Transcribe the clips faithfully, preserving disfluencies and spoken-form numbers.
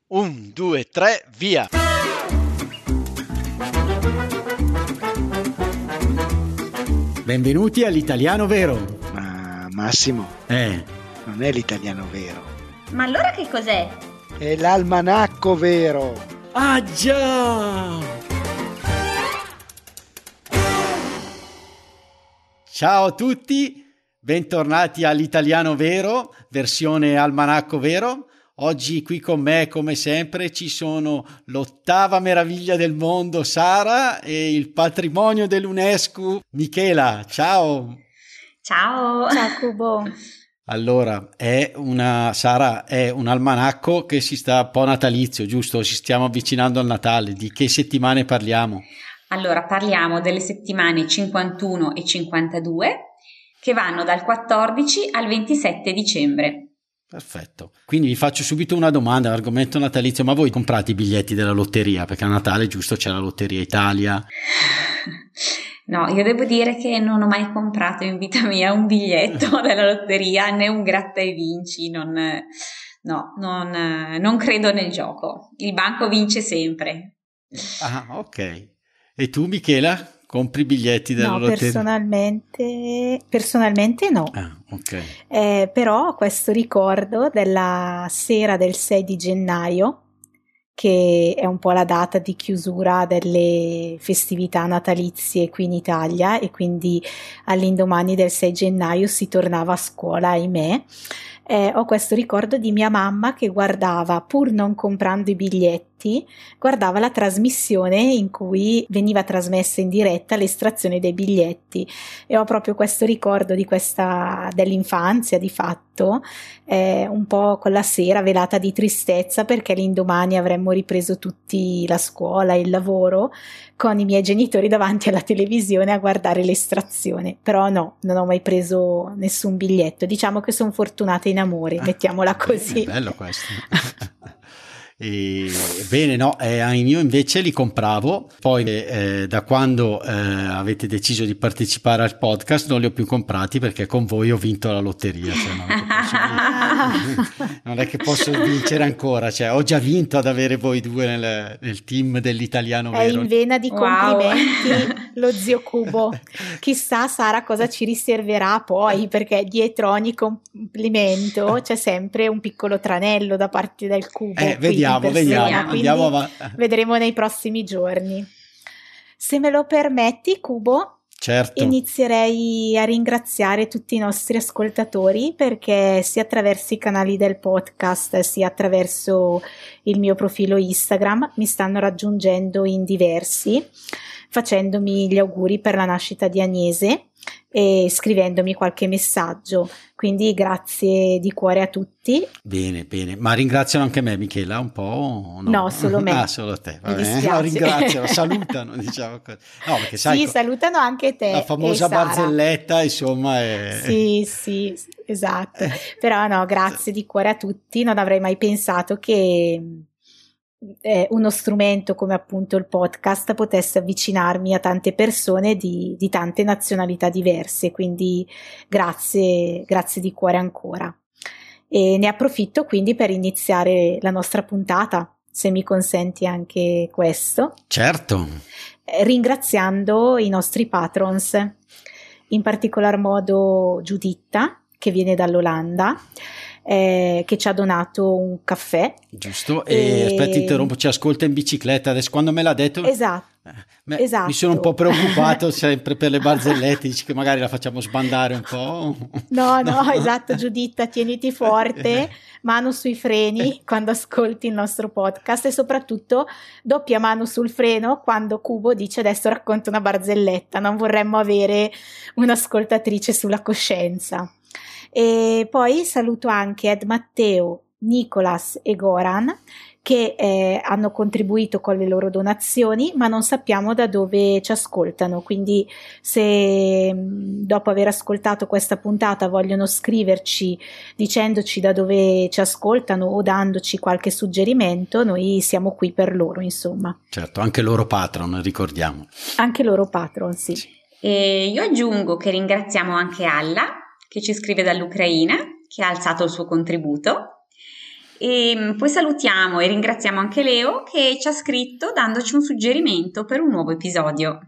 Un, due, tre, via! Benvenuti all'Italiano Vero. Ma Massimo, Eh, non è l'italiano vero, Ma allora che cos'è? è l'almanacco vero. ah già! Ciao a tutti, bentornati all'Italiano Vero, versione Almanacco Vero. Oggi qui con me, come sempre, ci sono l'ottava meraviglia del mondo, Sara, e il patrimonio dell'UNESCO, Michela. Ciao! Ciao! Ciao Cubo. Allora, è una, Sara, è un almanacco che si sta un po' natalizio, giusto? Ci stiamo avvicinando al Natale. Di che settimane parliamo? Allora, parliamo delle settimane cinquantuno e cinquantadue che vanno dal quattordici al ventisette dicembre. Perfetto. Quindi vi faccio subito una domanda, argomento natalizio, ma voi comprate i biglietti della lotteria? Perché a Natale, giusto, c'è la Lotteria Italia. No, io devo dire che non ho mai comprato in vita mia un biglietto della lotteria, né un gratta e vinci, non, no, non, non credo nel gioco. Il banco vince sempre. Ah, ok. E tu, Michela, compri i biglietti della No, lotteria? personalmente, personalmente no. Ah, ok. Eh, però ho questo ricordo della sera del sei di gennaio, che è un po' la data di chiusura delle festività natalizie qui in Italia, e quindi all'indomani del sei gennaio si tornava a scuola, ahimè. Eh, ho questo ricordo di mia mamma che guardava, pur non comprando i biglietti, guardava la trasmissione in cui veniva trasmessa in diretta l'estrazione dei biglietti, e ho proprio questo ricordo di questa, dell'infanzia di fatto, eh, un po' quella sera velata di tristezza perché l'indomani avremmo ripreso tutti la scuola, il lavoro, con i miei genitori davanti alla televisione a guardare l'estrazione. Però no, non ho mai preso nessun biglietto, diciamo che sono fortunata in amore, mettiamola così. È bello questo. E, bene, no, eh, io invece li compravo, poi eh, da quando eh, avete deciso di partecipare al podcast non li ho più comprati perché con voi ho vinto la lotteria, cioè non, è che posso, non è che posso vincere ancora, cioè ho già vinto ad avere voi due nel, nel team dell'Italiano È Vero. in vena di Wow. complimenti lo zio Cubo. Chissà, Sara, cosa ci riserverà poi, perché dietro ogni complimento c'è sempre un piccolo tranello da parte del Cubo. Eh, qui in vediamo, persona, vediamo, quindi andiamo avanti. vedremo nei prossimi giorni. Se me lo permetti, Cubo, Certo. inizierei a ringraziare tutti i nostri ascoltatori, perché sia attraverso i canali del podcast sia attraverso il mio profilo Instagram mi stanno raggiungendo in diversi, facendomi gli auguri per la nascita di Agnese e scrivendomi qualche messaggio. Quindi grazie di cuore a tutti. Bene, bene, ma ringraziano anche me, Michela, un po'? o No, No, solo me. Ah, solo te. Mi Va bene. dispiace. No, ringraziano, salutano, diciamo così. No, perché sai, Sì, salutano anche te. la famosa e Sara. barzelletta, insomma, è... Sì, sì, esatto. Però no, grazie di cuore a tutti. Non avrei mai pensato che eh, uno strumento come appunto il podcast potesse avvicinarmi a tante persone di, di tante nazionalità diverse. Quindi grazie, grazie di cuore ancora. E ne approfitto quindi per iniziare la nostra puntata, se mi consenti anche questo. Certo. Eh, ringraziando i nostri patrons, in particolar modo Giuditta, che viene dall'Olanda, eh, che ci ha donato un caffè. Giusto, e, E- aspetta, interrompo, ci ascolta in bicicletta, adesso quando me l'ha detto... Esatto. eh, me- esatto. Mi sono un po' preoccupato sempre per le barzellette, dici che magari la facciamo sbandare un po'. No, no, esatto, Giuditta, tieniti forte, mano sui freni quando ascolti il nostro podcast, e soprattutto doppia mano sul freno quando Cubo dice adesso racconta una barzelletta, non vorremmo avere un'ascoltatrice sulla coscienza. E poi saluto anche Ed Matteo, Nicolas e Goran, che eh, hanno contribuito con le loro donazioni, ma non sappiamo da dove ci ascoltano. Quindi se mh, dopo aver ascoltato questa puntata vogliono scriverci dicendoci da dove ci ascoltano o dandoci qualche suggerimento, noi siamo qui per loro, insomma. Certo, anche loro patron, ricordiamo. Anche loro patron, sì. Sì. E io aggiungo che ringraziamo anche Alla, che ci scrive dall'Ucraina, che ha alzato il suo contributo, E poi salutiamo e ringraziamo anche Leo che ci ha scritto dandoci un suggerimento per un nuovo episodio.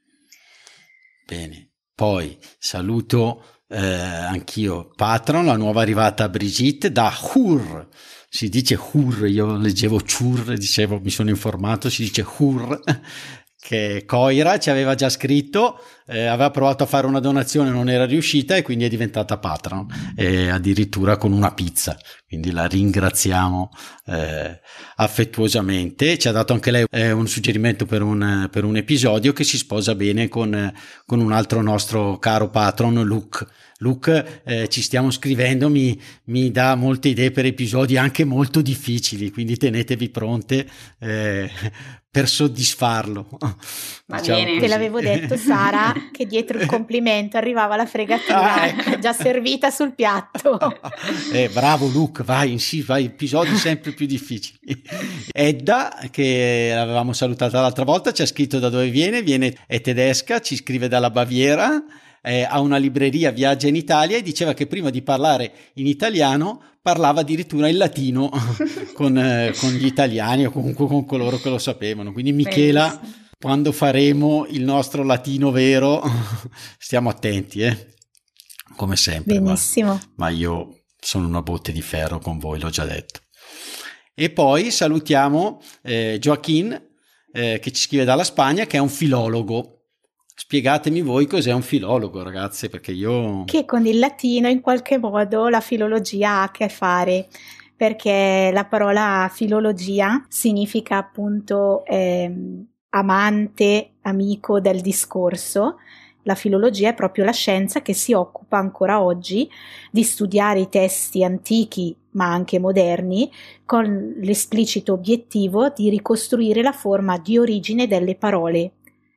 Bene, poi saluto eh, anch'io Patron, la nuova arrivata Brigitte da Hur. Si dice Hur, io leggevo Chur, dicevo, mi sono informato, si dice Hur, che Coira ci aveva già scritto, eh, aveva provato a fare una donazione, non era riuscita e quindi è diventata Patron, e addirittura con una pizza, quindi la ringraziamo eh, affettuosamente. Ci ha dato anche lei eh, un suggerimento per un, per un episodio che si sposa bene con, con un altro nostro caro patron, Luke. Luke, eh, ci stiamo scrivendo, mi, mi dà molte idee per episodi anche molto difficili, quindi tenetevi pronte eh, per soddisfarlo. Va Diciamo bene. così. Te l'avevo detto, Sara, che dietro il complimento arrivava la fregatura Ah, ecco. già servita sul piatto. Eh, bravo Luke, vai, in sì, vai, episodi sempre più difficili. Edda, che l'avevamo salutata l'altra volta, ci ha scritto da dove viene, viene è tedesca, ci scrive dalla Baviera. Eh, ha una libreria, viaggia in Italia e diceva che prima di parlare in italiano parlava addirittura in latino con, eh, con gli italiani o comunque con coloro che lo sapevano. Quindi Michela, Bellissimo. quando faremo il nostro latino vero, stiamo attenti, eh? Come sempre. Ma, Benissimo. ma io sono una botte di ferro con voi, l'ho già detto. E poi salutiamo eh, Joaquin, eh, che ci scrive dalla Spagna, che è un filologo. Spiegatemi voi cos'è un filologo, ragazze, perché io... Che con il latino in qualche modo la filologia ha a che fare, perché la parola filologia significa appunto ehm, amante, amico del discorso. La filologia è proprio la scienza che si occupa ancora oggi di studiare i testi antichi ma anche moderni con l'esplicito obiettivo di ricostruire la forma di origine delle parole.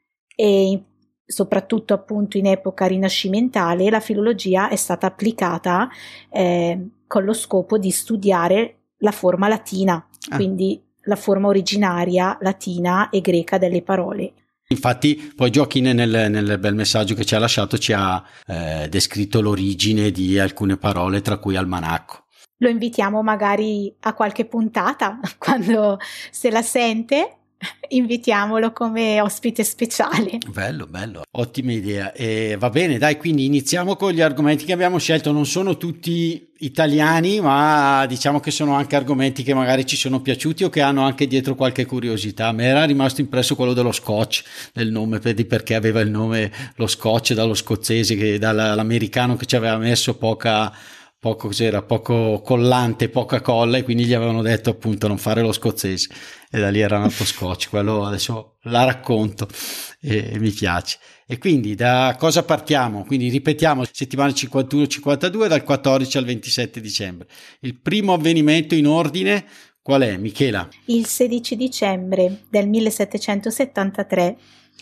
E soprattutto appunto in epoca rinascimentale la filologia è stata applicata eh, con lo scopo di studiare la forma latina, Ah. quindi la forma originaria latina e greca delle parole. Infatti poi Joaquin nel, nel bel messaggio che ci ha lasciato ci ha eh, descritto l'origine di alcune parole, tra cui almanacco. Lo invitiamo magari a qualche puntata, quando se la sente, invitiamolo come ospite speciale. Bello, bello, ottima idea. E va bene, dai, quindi iniziamo con gli argomenti che abbiamo scelto. Non sono tutti italiani, ma diciamo che sono anche argomenti che magari ci sono piaciuti o che hanno anche dietro qualche curiosità. A me era rimasto impresso quello dello Scotch, del nome, per di perché aveva il nome lo Scotch dallo scozzese, che dall'americano che ci aveva messo poca... poco cos'era, poco collante, poca colla, e quindi gli avevano detto appunto non fare lo scozzese, e da lì era nato Scotch. Quello adesso la racconto e, e mi piace. E quindi da cosa partiamo? Quindi ripetiamo, settimana cinquantuno cinquantadue dal quattordici al ventisette dicembre. Il primo avvenimento in ordine qual è, Michela? Il sedici dicembre del millesettecentosettantatré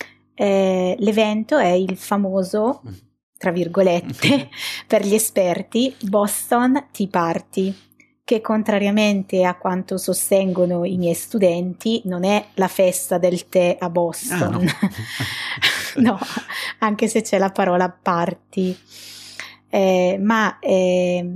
eh, l'evento è il famoso, tra virgolette, per gli esperti, Boston Tea Party, che contrariamente a quanto sostengono i miei studenti non è la festa del tè a Boston. Ah, no. No, anche se c'è la parola party, eh, ma è,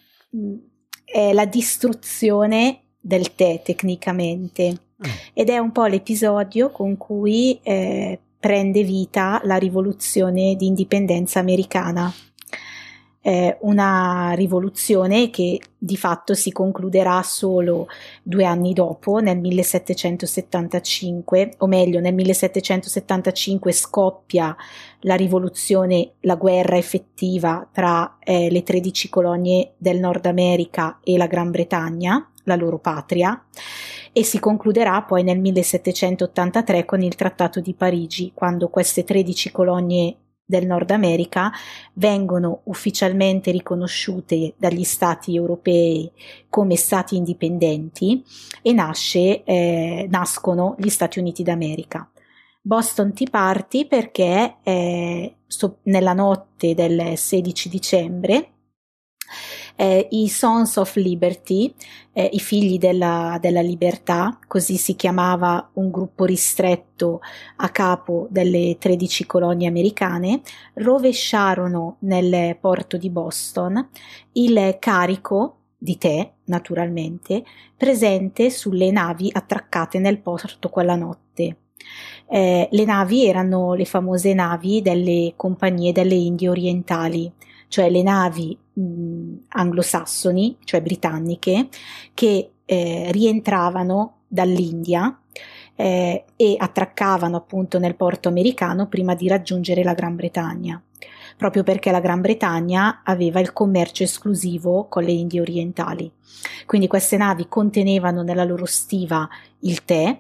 è la distruzione del tè tecnicamente, ed è un po' l'episodio con cui eh, prende vita la rivoluzione di indipendenza americana, eh, una rivoluzione che di fatto si concluderà solo due anni dopo, nel millesettecentosettantacinque, o meglio nel millesettecentosettantacinque scoppia la rivoluzione, la guerra effettiva tra eh, le tredici colonie del Nord America e la Gran Bretagna, la loro patria, e si concluderà poi nel millesettecentottantatré con il Trattato di Parigi, quando queste tredici colonie del Nord America vengono ufficialmente riconosciute dagli stati europei come stati indipendenti e nasce, eh, nascono gli Stati Uniti d'America. Boston Tea Party perché eh, so, nella notte del sedici dicembre Eh, i Sons of Liberty, eh, i figli della, della libertà, così si chiamava un gruppo ristretto a capo delle tredici colonie americane, rovesciarono nel porto di Boston il carico di tè naturalmente, presente sulle navi attraccate nel porto quella notte. Eh, le navi erano le famose navi delle compagnie delle Indie orientali, cioè le navi mh, anglosassoni, cioè britanniche, che eh, rientravano dall'India eh, e attraccavano appunto nel porto americano prima di raggiungere la Gran Bretagna, proprio perché la Gran Bretagna aveva il commercio esclusivo con le Indie orientali. Quindi queste navi contenevano nella loro stiva il tè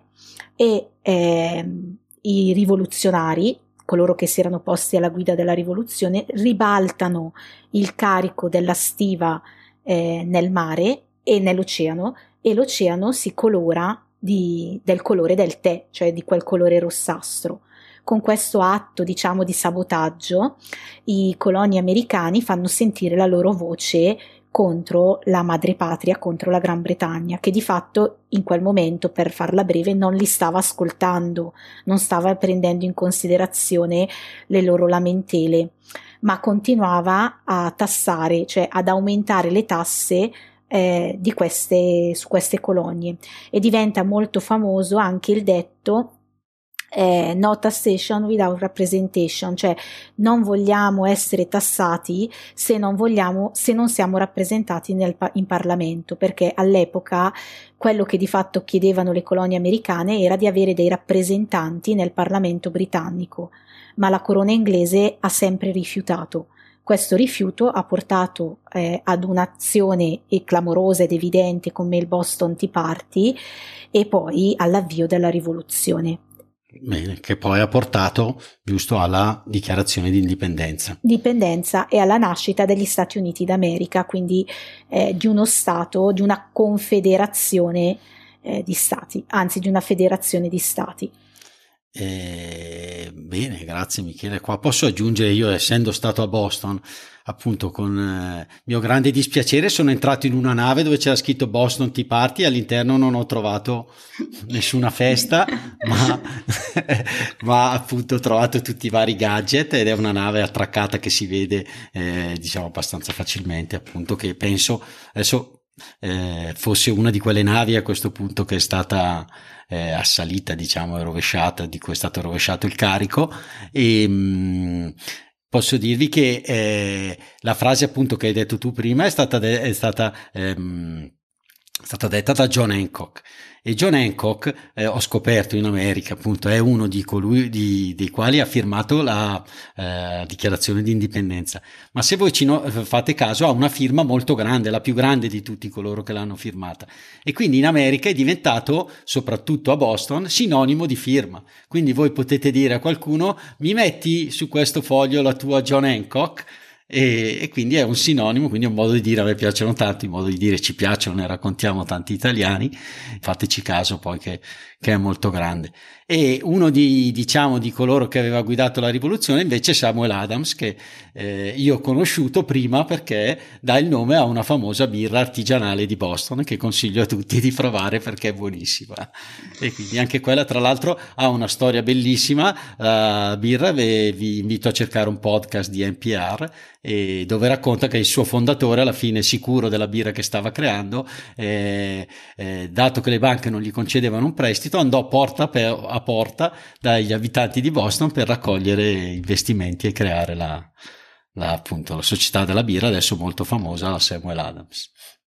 e eh, i rivoluzionari, coloro che si erano posti alla guida della rivoluzione, ribaltano il carico della stiva eh, nel mare e nell'oceano, e l'oceano si colora di, del colore del tè, cioè di quel colore rossastro. Con questo atto, diciamo, di sabotaggio, i coloni americani fanno sentire la loro voce contro la madrepatria, contro la Gran Bretagna, che di fatto in quel momento, per farla breve, non li stava ascoltando, non stava prendendo in considerazione le loro lamentele, ma continuava a tassare, cioè ad aumentare le tasse eh, di queste, su queste colonie. E diventa molto famoso anche il detto Eh, no taxation without representation, cioè non vogliamo essere tassati se non vogliamo, se non siamo rappresentati nel, in Parlamento, perché all'epoca quello che di fatto chiedevano le colonie americane era di avere dei rappresentanti nel Parlamento britannico, ma la corona inglese ha sempre rifiutato. Questo rifiuto ha portato eh, ad un'azione clamorosa ed evidente come il Boston Tea Party e poi all'avvio della rivoluzione. Bene, che poi ha portato giusto alla dichiarazione di indipendenza. Dipendenza e alla nascita degli Stati Uniti d'America, quindi eh, di uno Stato, di una confederazione eh, di Stati, anzi di una federazione di Stati. Eh, bene, grazie Michele. Qua posso aggiungere, io essendo stato a Boston, appunto con eh, mio grande dispiacere sono entrato in una nave dove c'era scritto Boston Tea Party, all'interno non ho trovato nessuna festa, ma, ma appunto ho trovato tutti i vari gadget, ed è una nave attraccata che si vede eh, diciamo abbastanza facilmente, appunto, che penso adesso eh, fosse una di quelle navi a questo punto che è stata eh, assalita, diciamo, e rovesciata, di cui è stato rovesciato il carico. E mh, posso dirvi che eh, la frase appunto che hai detto tu prima è stata, de- è stata, ehm, è stata detta da John Hancock, e John Hancock eh, ho scoperto in America appunto è uno di colui di, dei quali ha firmato la eh, dichiarazione di indipendenza, ma se voi ci no, fate caso ha una firma molto grande, la più grande di tutti coloro che l'hanno firmata, e quindi in America è diventato, soprattutto a Boston, sinonimo di firma. Quindi voi potete dire a qualcuno: mi metti su questo foglio la tua John Hancock? E, e quindi è un sinonimo, quindi è un modo di dire, a me piacciono tanto, un modo di dire ci piacciono, ne raccontiamo tanti italiani, fateci caso poi che, che è molto grande. E uno di, diciamo, di coloro che aveva guidato la rivoluzione invece è Samuel Adams, che eh, io ho conosciuto prima perché dà il nome a una famosa birra artigianale di Boston che consiglio a tutti di provare perché è buonissima, e quindi anche quella tra l'altro ha una storia bellissima. La birra, vi, vi invito a cercare un podcast di N P R e dove racconta che il suo fondatore, alla fine sicuro della birra che stava creando, eh, eh, dato che le banche non gli concedevano un prestito, andò porta per, a porta dagli abitanti di Boston per raccogliere investimenti e creare la, la, appunto, la società della birra, adesso molto famosa, la Samuel Adams.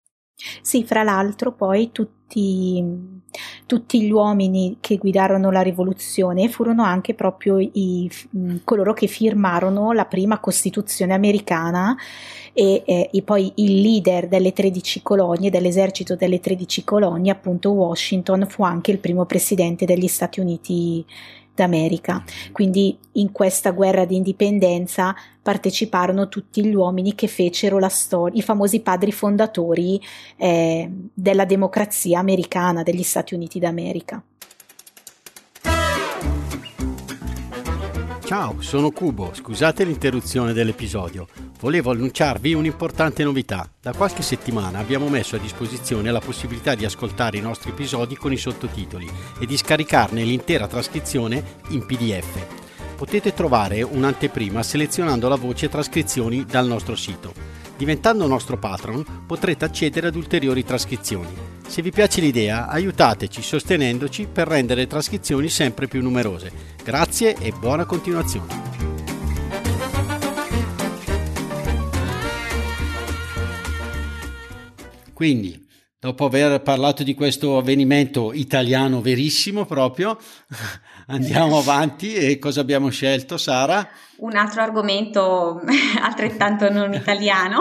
Sì, fra l'altro poi tutti, tutti gli uomini che guidarono la rivoluzione furono anche proprio i, coloro che firmarono la prima Costituzione americana, e, eh, e poi il leader delle tredici colonie, dell'esercito delle tredici colonie, appunto Washington, fu anche il primo presidente degli Stati Uniti d'America. Quindi in questa guerra di indipendenza parteciparono tutti gli uomini che fecero la storia, i famosi padri fondatori eh, della democrazia americana, degli Stati Uniti d'America. Ciao, sono Cubo, scusate l'interruzione dell'episodio. Volevo annunciarvi un'importante novità. Da qualche settimana abbiamo messo a disposizione la possibilità di ascoltare i nostri episodi con i sottotitoli e di scaricarne l'intera trascrizione in P D F. Potete trovare un'anteprima selezionando la voce trascrizioni dal nostro sito. Diventando nostro patron potrete accedere ad ulteriori trascrizioni. Se vi piace l'idea, aiutateci sostenendoci per rendere le trascrizioni sempre più numerose. Grazie e buona continuazione. Quindi, dopo aver parlato di questo avvenimento italiano verissimo proprio, andiamo avanti. E cosa abbiamo scelto, Sara? Un altro argomento altrettanto non italiano,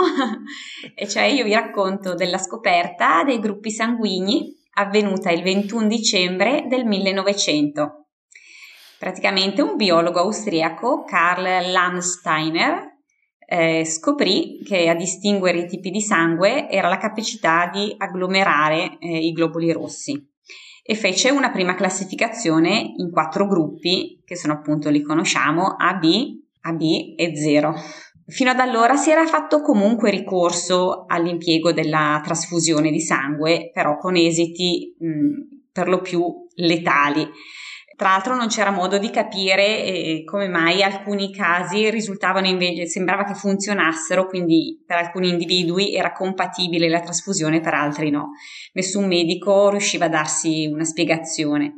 e cioè io vi racconto della scoperta dei gruppi sanguigni avvenuta il ventuno dicembre del millenovecento. Praticamente un biologo austriaco, Karl Landsteiner, eh, scoprì che a distinguere i tipi di sangue era la capacità di agglomerare eh, i globuli rossi, e fece una prima classificazione in quattro gruppi, che sono appunto, li conosciamo, A B, A B e zero. Fino ad allora si era fatto comunque ricorso all'impiego della trasfusione di sangue, però con esiti mh, per lo più letali. Tra l'altro non c'era modo di capire eh, come mai alcuni casi risultavano invece, sembrava che funzionassero, quindi per alcuni individui era compatibile la trasfusione, per altri no. Nessun medico riusciva a darsi una spiegazione.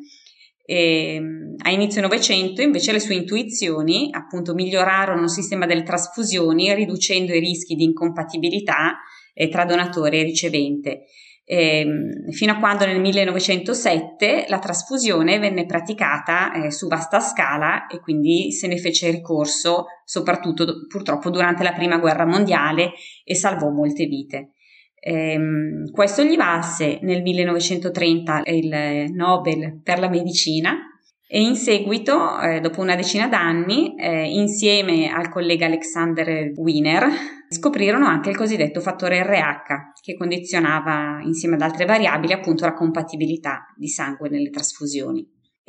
E, a inizio Novecento invece le sue intuizioni appunto migliorarono il sistema delle trasfusioni, riducendo i rischi di incompatibilità eh, tra donatore e ricevente. Eh, fino a quando nel millenovecentosette la trasfusione venne praticata eh, su vasta scala, e quindi se ne fece ricorso soprattutto do- purtroppo durante la prima guerra mondiale, e salvò molte vite. Eh, questo gli valse nel millenovecentotrenta il Nobel per la medicina, e in seguito, eh, dopo una decina d'anni, eh, insieme al collega Alexander Wiener, scoprirono anche il cosiddetto fattore R H, che condizionava insieme ad altre variabili appunto la compatibilità di sangue nelle trasfusioni.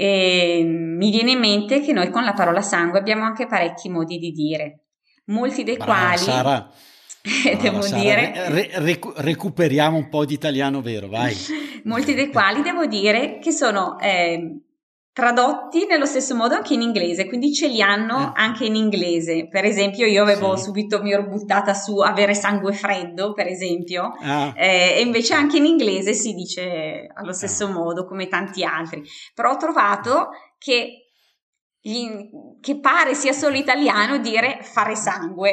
E mi viene in mente che noi con la parola sangue abbiamo anche parecchi modi di dire, molti dei Brava, quali Sara. Brava, devo Sara. dire Re- recu- recuperiamo un po' di italiano vero, vai. molti dei quali devo dire che sono eh, tradotti nello stesso modo anche in inglese, quindi ce li hanno Eh. anche in inglese. Per esempio io avevo Sì. subito, mi ero buttata su avere sangue freddo, per esempio, Ah, eh, e invece anche in inglese si dice allo stesso Ah. modo come tanti altri, però ho trovato che, gli- che pare sia solo italiano dire fare sangue.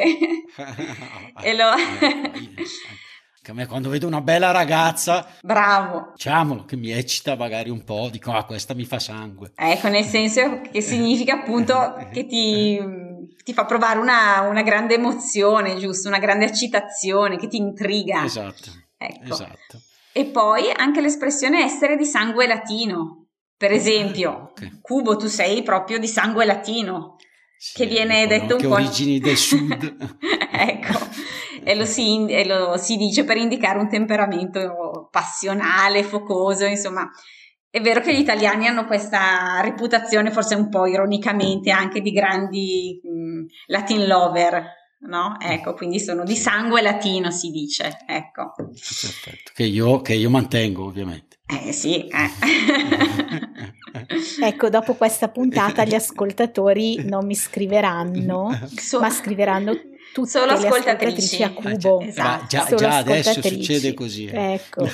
E lo... Che a me quando vedo una bella ragazza, Bravo. diciamolo, che mi eccita magari un po', dico ah, questa mi fa sangue. Ecco, nel senso che significa appunto che ti, ti fa provare una, una grande emozione, giusto? Una grande eccitazione, che ti intriga. Esatto, Ecco. esatto. E poi anche l'espressione essere di sangue latino. Per esempio, Ok. Cubo, tu sei proprio di sangue latino, Sì, che viene poi detto un anche po'... origini del sud. Ecco, e lo, si, e lo si dice per indicare un temperamento passionale, focoso, insomma. È vero che gli italiani hanno questa reputazione, forse un po' ironicamente, anche di grandi mh, Latin lover, no? Ecco, quindi sono di sangue latino, si dice, ecco. Perfetto, che io, che io mantengo ovviamente. Eh sì, eh. Ecco, dopo questa puntata gli ascoltatori non mi scriveranno, So- ma scriveranno tutte Solo le ascoltatrici. ascoltatrici a Cubo. Esatto. Ma già, Solo già adesso ascoltatrici. succede così. eh. Ecco.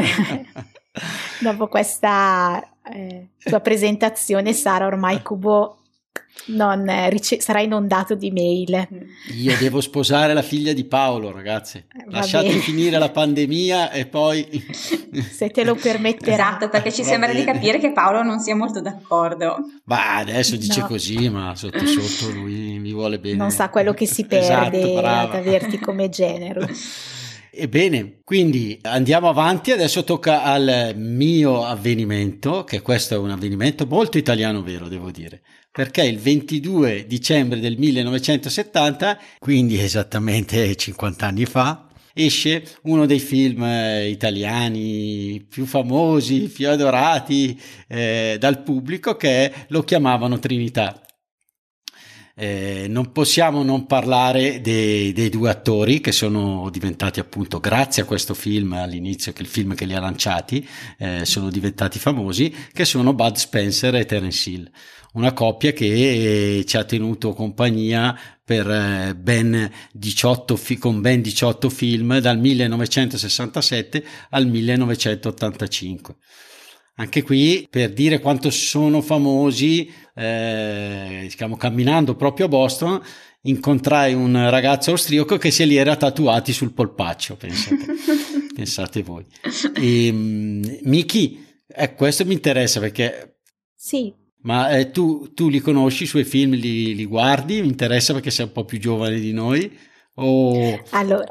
Dopo questa eh, tua presentazione, Sara, ormai Cubo non eh, rice- sarà inondato di mail. Io devo sposare la figlia di Paolo, ragazzi. va Lasciate bene. finire la pandemia e poi... Se te lo permetterà. Esatto, perché ci Va sembra di bene. capire che Paolo non sia molto d'accordo. Ma adesso dice No. così, ma sotto sotto lui mi vuole bene. Non sa quello che si perde Esatto, brava. ad averti come genero. Ebbene, quindi andiamo avanti, adesso tocca al mio avvenimento, che questo è un avvenimento molto italiano vero, devo dire, perché il ventidue dicembre del millenovecentosettanta, quindi esattamente cinquanta anni fa, esce uno dei film eh, italiani più famosi, più adorati eh, dal pubblico, che è Lo chiamavano Trinità. Eh, non possiamo non parlare dei, dei due attori che sono diventati appunto, grazie a questo film all'inizio, che è il film che li ha lanciati, eh, sono diventati famosi, che sono Bud Spencer e Terence Hill, una coppia che ci ha tenuto compagnia per eh, ben diciotto fi- con ben diciotto film dal millenovecentosessantasette al millenovecentottantacinque. Anche qui, per dire quanto sono famosi, eh, diciamo, camminando proprio a Boston, incontrai un ragazzo austriaco che se li era tatuati sul polpaccio, pensate, pensate voi. E, um, Miki, eh, questo mi interessa perché... Sì. Ma eh, tu, tu li conosci, i suoi film li, li guardi? Mi interessa perché sei un po' più giovane di noi? O... Allora...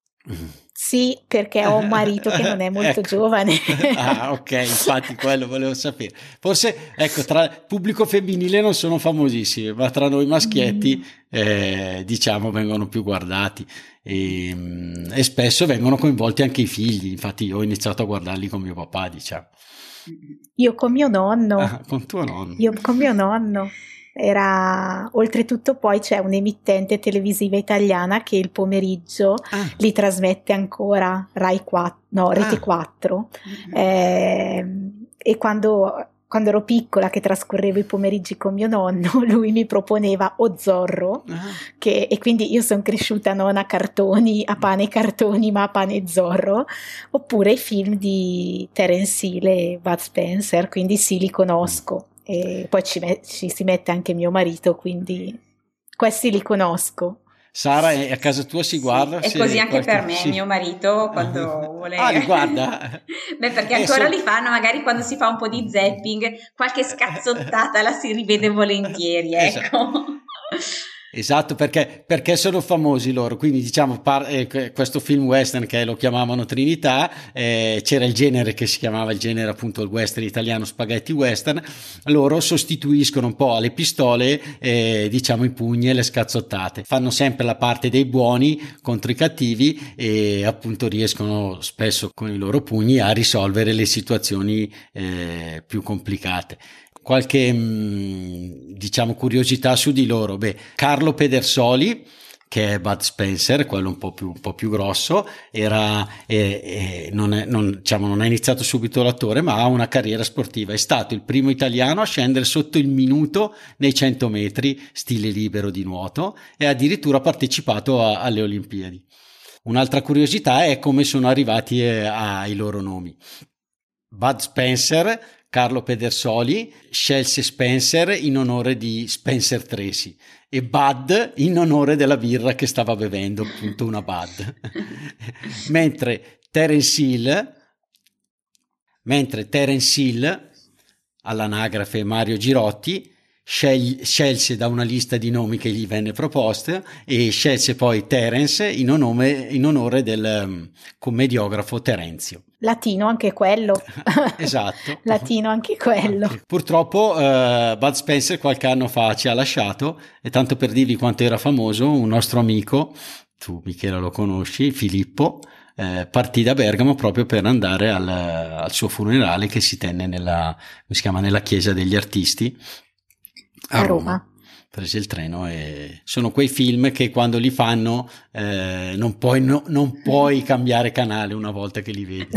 Sì, perché ho un marito che non è molto ecco. giovane. Ah, ok, infatti quello volevo sapere. Forse, ecco, tra il pubblico femminile non sono famosissimi, ma tra noi maschietti, mm. eh, diciamo, vengono più guardati e, e spesso vengono coinvolti anche i figli. Infatti io ho iniziato a guardarli con mio papà, diciamo. Io con mio nonno. Ah, con tuo nonno. Io con mio nonno. Era, oltretutto poi c'è un'emittente televisiva italiana che il pomeriggio ah. li trasmette ancora, Rai quattro, no, Rete ah. quattro, mm-hmm. eh, e quando, quando ero piccola che trascorrevo i pomeriggi con mio nonno, lui mi proponeva O Zorro, ah. che, e quindi io sono cresciuta non a cartoni, a pane e cartoni, ma a pane e Zorro, oppure i film di Terence Hill e Bud Spencer, quindi sì, li conosco. E poi ci, met- ci si mette anche mio marito, quindi questi li conosco. Sara, a casa tua si guarda? Sì, è così anche qualche... per me, sì. Mio marito quando vuole... Ah, li guarda? Beh, perché ancora so... li fanno, magari quando si fa un po' di zapping, qualche scazzottata la si rivede volentieri, ecco. Esatto. Esatto, perché, perché sono famosi loro, quindi diciamo par- eh, questo film western che lo chiamavano Trinità, eh, c'era il genere che si chiamava il genere appunto il western italiano, spaghetti western, loro sostituiscono un po' alle pistole eh, diciamo i pugni e le scazzottate, fanno sempre la parte dei buoni contro i cattivi e appunto riescono spesso con i loro pugni a risolvere le situazioni eh, più complicate. Qualche diciamo curiosità su di loro. Beh, Carlo Pedersoli, che è Bud Spencer, quello un po' più, un po' più grosso, era eh, eh, non, è, non, diciamo, non ha iniziato subito l'attore, ma ha una carriera sportiva. È stato il primo italiano a scendere sotto il minuto nei cento metri stile libero di nuoto e addirittura ha partecipato a, alle Olimpiadi. Un'altra curiosità è come sono arrivati eh, ai loro nomi. Bud Spencer, Carlo Pedersoli, scelse Spencer in onore di Spencer Tracy e Bud in onore della birra che stava bevendo, appunto una Bud. mentre Terence Hill, mentre Terence Hill, all'anagrafe Mario Girotti, scelse da una lista di nomi che gli venne proposta e scelse poi Terence in, onome, in onore del um, commediografo Terenzio. Latino anche quello. Esatto. Latino anche quello. Anche. Purtroppo uh, Bud Spencer qualche anno fa ci ha lasciato e tanto per dirvi quanto era famoso, un nostro amico, tu Michela lo conosci, Filippo, eh, partì da Bergamo proprio per andare al, al suo funerale che si tenne nella, come si chiama, nella chiesa degli artisti a, a Roma. Roma. Prese il treno e sono quei film che quando li fanno eh, non puoi, no, non puoi cambiare canale una volta che li vedi.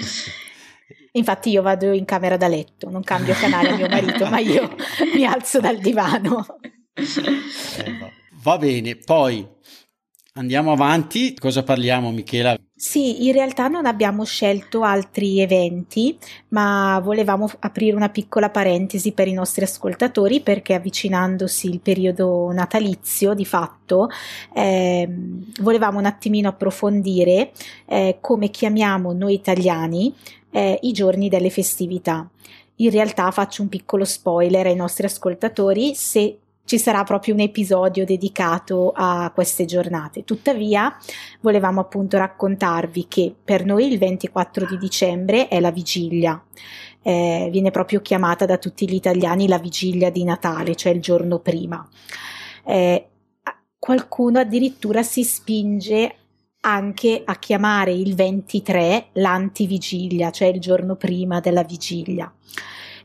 Infatti io vado in camera da letto, non cambio canale a mio marito, ma io mi alzo dal divano. Eh, va. va bene, poi andiamo avanti. Cosa parliamo, Michela? Sì, in realtà non abbiamo scelto altri eventi, ma volevamo aprire una piccola parentesi per i nostri ascoltatori perché avvicinandosi il periodo natalizio, di fatto, eh, volevamo un attimino approfondire eh, come chiamiamo noi italiani eh, i giorni delle festività. In realtà faccio un piccolo spoiler ai nostri ascoltatori se ci sarà proprio un episodio dedicato a queste giornate. Tuttavia, volevamo appunto raccontarvi che per noi il ventiquattro di dicembre è la vigilia. Eh, viene proprio chiamata da tutti gli italiani la vigilia di Natale, cioè il giorno prima. Eh, qualcuno addirittura si spinge anche a chiamare il ventitré l'antivigilia, cioè il giorno prima della vigilia.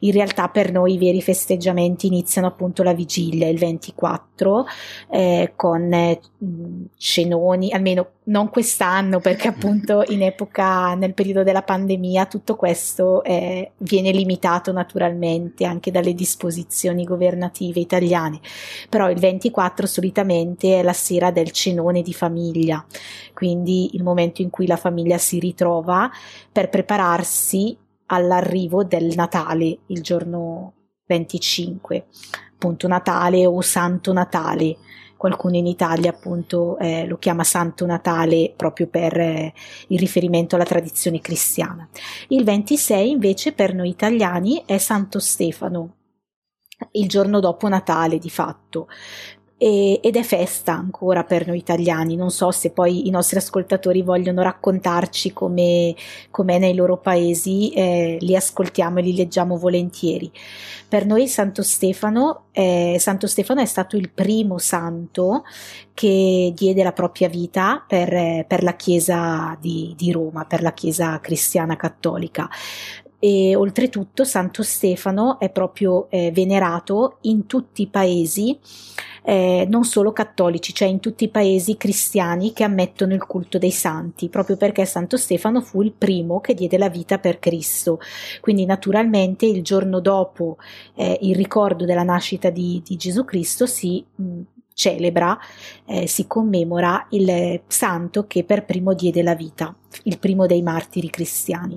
In realtà per noi i veri festeggiamenti iniziano appunto la vigilia, il ventiquattro, eh, con eh, cenoni, almeno non quest'anno perché appunto in epoca, nel periodo della pandemia, tutto questo eh, viene limitato naturalmente anche dalle disposizioni governative italiane, però il ventiquattro solitamente è la sera del cenone di famiglia, quindi il momento in cui la famiglia si ritrova per prepararsi all'arrivo del Natale, il giorno venticinque, appunto Natale o Santo Natale. Qualcuno in Italia appunto eh, lo chiama Santo Natale proprio per eh, il riferimento alla tradizione cristiana. Il ventisei invece per noi italiani è Santo Stefano, il giorno dopo Natale di fatto. E, ed è festa ancora per noi italiani. Non so se poi i nostri ascoltatori vogliono raccontarci come com'è nei loro paesi, eh, li ascoltiamo e li leggiamo volentieri. Per noi Santo Stefano, eh, Santo Stefano è stato il primo santo che diede la propria vita per, eh, per la Chiesa di, di Roma, per la Chiesa cristiana cattolica. E oltretutto Santo Stefano è proprio eh, venerato in tutti i paesi, eh, non solo cattolici, cioè in tutti i paesi cristiani che ammettono il culto dei santi, proprio perché Santo Stefano fu il primo che diede la vita per Cristo. Quindi naturalmente il giorno dopo eh, il ricordo della nascita di, di Gesù Cristo si mh, celebra, eh, si commemora il santo che per primo diede la vita, il primo dei martiri cristiani.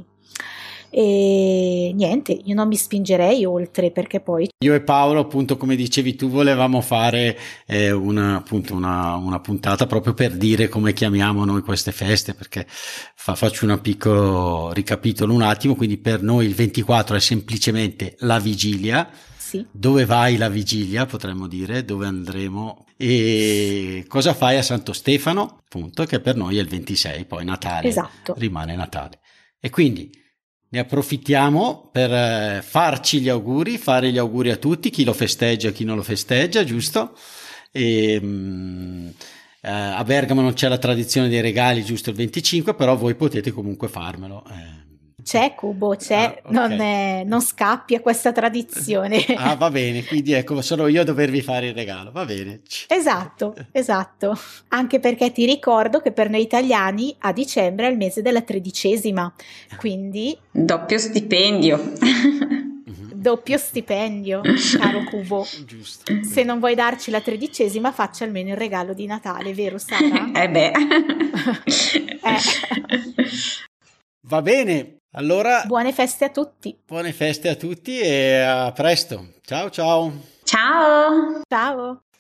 E niente, io non mi spingerei oltre, perché poi io e Paolo, appunto, come dicevi tu, volevamo fare eh, una, appunto una, una puntata proprio per dire come chiamiamo noi queste feste, perché fa, faccio un piccolo ricapitolo un attimo. Quindi per noi il ventiquattro è semplicemente la vigilia. Sì. Dove vai la vigilia, potremmo dire, dove andremo, e cosa fai a Santo Stefano, appunto, che per noi è il ventisei, poi Natale, esatto, rimane Natale. E quindi ne approfittiamo per farci gli auguri, fare gli auguri a tutti, chi lo festeggia, chi non lo festeggia, giusto? E, um, eh, a Bergamo non c'è la tradizione dei regali, giusto, il venticinque, però voi potete comunque farmelo. Eh. C'è Cubo, c'è, ah, okay. non, è, non scappi a questa tradizione. Ah, va bene, quindi ecco, sono io a dovervi fare il regalo, va bene. Esatto, esatto. Anche perché ti ricordo che per noi italiani a dicembre è il mese della tredicesima, quindi... Doppio stipendio. Doppio stipendio, caro Cubo. Giusto. Se non vuoi darci la tredicesima, faccia almeno il regalo di Natale, vero Sara? Eh beh. eh. Va bene. Allora, buone feste a tutti. Buone feste a tutti e a presto. Ciao ciao. Ciao. Ciao.